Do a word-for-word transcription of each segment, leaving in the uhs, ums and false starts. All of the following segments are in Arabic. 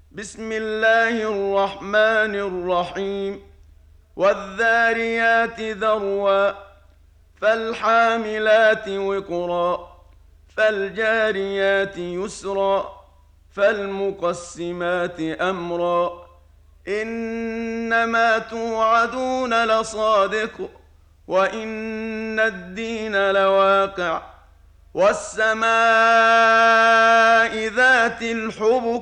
بسم الله الرحمن الرحيم والذاريات ذروا فالحاملات وقرا فالجاريات يسرا فالمقسمات أمرا إنما توعدون لصادق وإن الدين لواقع والسماء ذات الحبك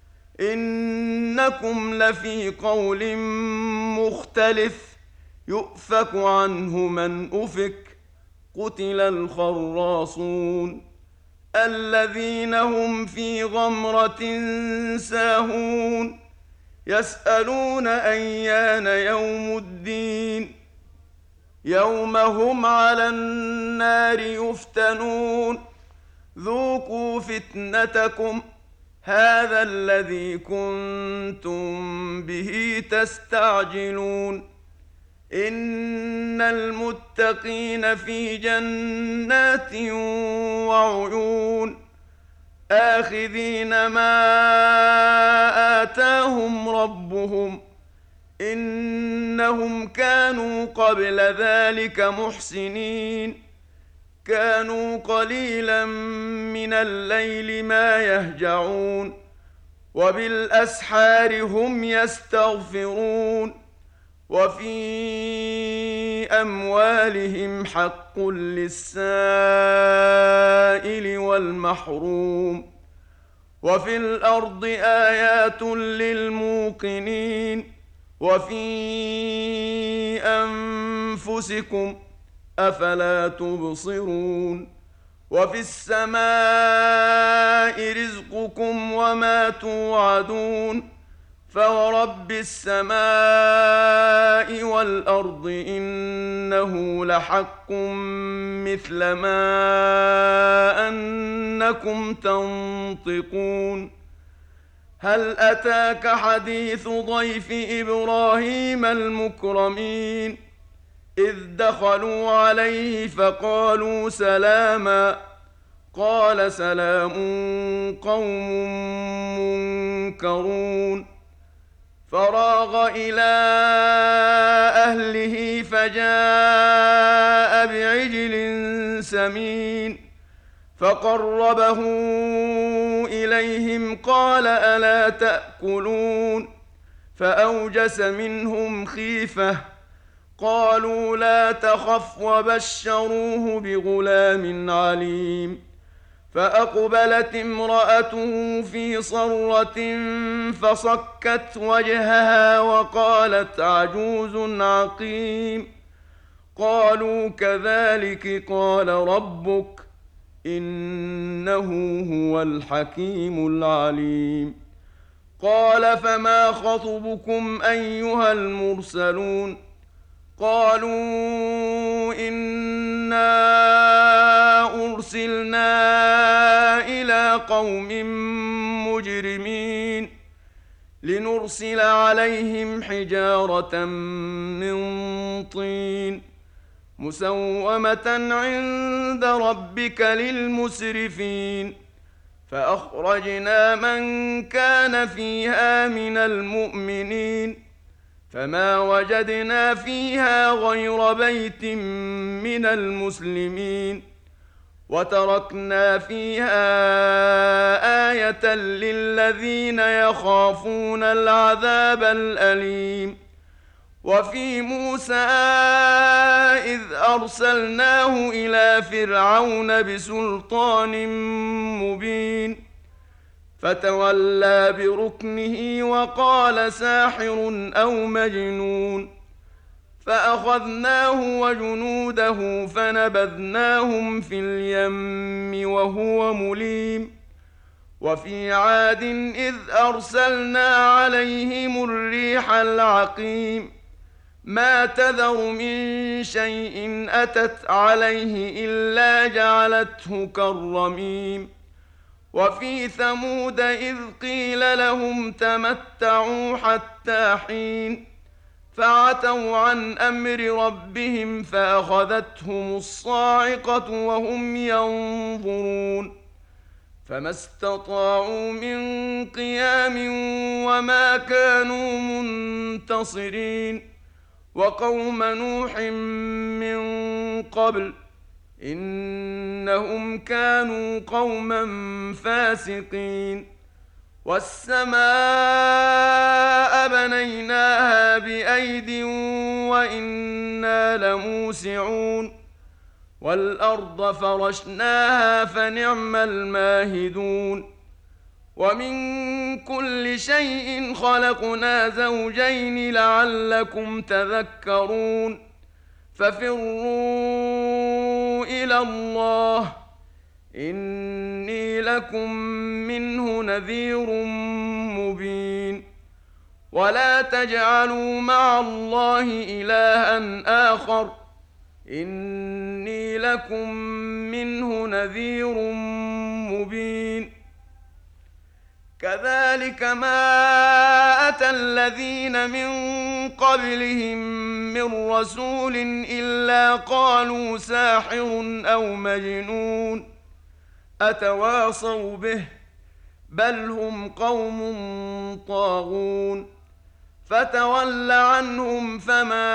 إنكم لفي قول مختلف يؤفك عنه من أفك قتل الخراصون الذين هم في غمرة ساهون يسألون أيان يوم الدين يوم هم على النار يفتنون ذوقوا فتنتكم هذا الذي كنتم به تستعجلون إن المتقين في جنات وعيون آخذين ما آتاهم ربهم إنهم كانوا قبل ذلك محسنين كانوا قليلا من الليل ما يهجعون وبالأسحار هم يستغفرون وفي أموالهم حق للسائل والمحروم وفي الأرض آيات للموقنين وفي أنفسكم أفلا تبصرون وفي السماء رزقكم وما توعدون فورب السماء والأرض إنه لحق مثل ما أنكم تنطقون هل أتاك حديث ضيف إبراهيم المكرمين إذ دخلوا عليه فقالوا سلاما قال سلام قوم منكرون فراغ إلى أهله فجاء بعجل سمين فقربه إليهم قال ألا تأكلون فأوجس منهم خيفة قالوا لا تخف وبشروه بغلام عليم فأقبلت امرأته في صرة فصكت وجهها وقالت عجوز عقيم قالوا كذلك قال ربك إنه هو الحكيم العليم قال فما خطبكم أيها المرسلون قالوا إنا أرسلنا إلى قوم مجرمين لنرسل عليهم حجارة من طين مسومة عند ربك للمسرفين فأخرجنا من كان فيها من المؤمنين فما وجدنا فيها غير بيت من المسلمين وتركنا فيها آية للذين يخافون العذاب الأليم وفي موسى إذ أرسلناه إلى فرعون بسلطان مبين فتولى بركنه وقال ساحر أو مجنون فأخذناه وجنوده فنبذناهم في اليم وهو مليم وفي عاد إذ أرسلنا عليهم الريح العقيم ما تذر من شيء أتت عليه إلا جعلته كالرميم وفي ثمود إذ قيل لهم تمتعوا حتى حين فعتوا عن أمر ربهم فأخذتهم الصاعقة وهم ينظرون فما استطاعوا من قيام وما كانوا منتصرين. وقوم نوح من قبل إنهم كانوا قوما فاسقين. والسماء بنيناها بأيد وإنا لموسعون. والأرض فرشناها فنعم الماهدون. ومن كل شيء خلقنا زوجين لعلكم تذكرون. ففروا إلى الله إني لكم منه نذير مبين. ولا تجعلوا مع الله إلها آخر إني لكم منه نذير مبين. كذلك ما أتى الذين من قبلهم من رسول إلا قالوا ساحر أو مجنون أتواصوا به بل هم قوم طاغون. فتول عنهم فما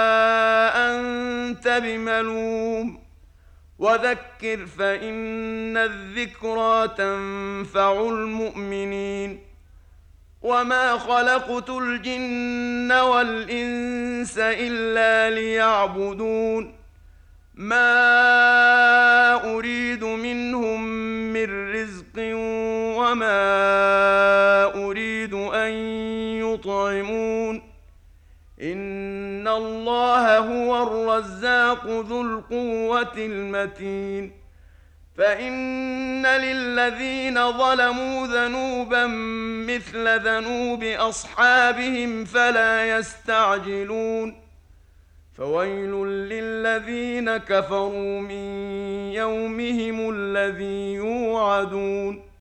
أنت بملوم وذكر فإن الذكرى تنفع المؤمنين. وما خلقت الجن والإنس إلا ليعبدون ما أريد منهم من رزق وما أريد أن يطعمون إن الله هو الرزاق ذو القوة المتين. فإن للذين ظلموا ذنوبا مثل ذنوب أصحابهم فلا يستعجلون. فويل للذين كفروا من يومهم الذي يوعدون.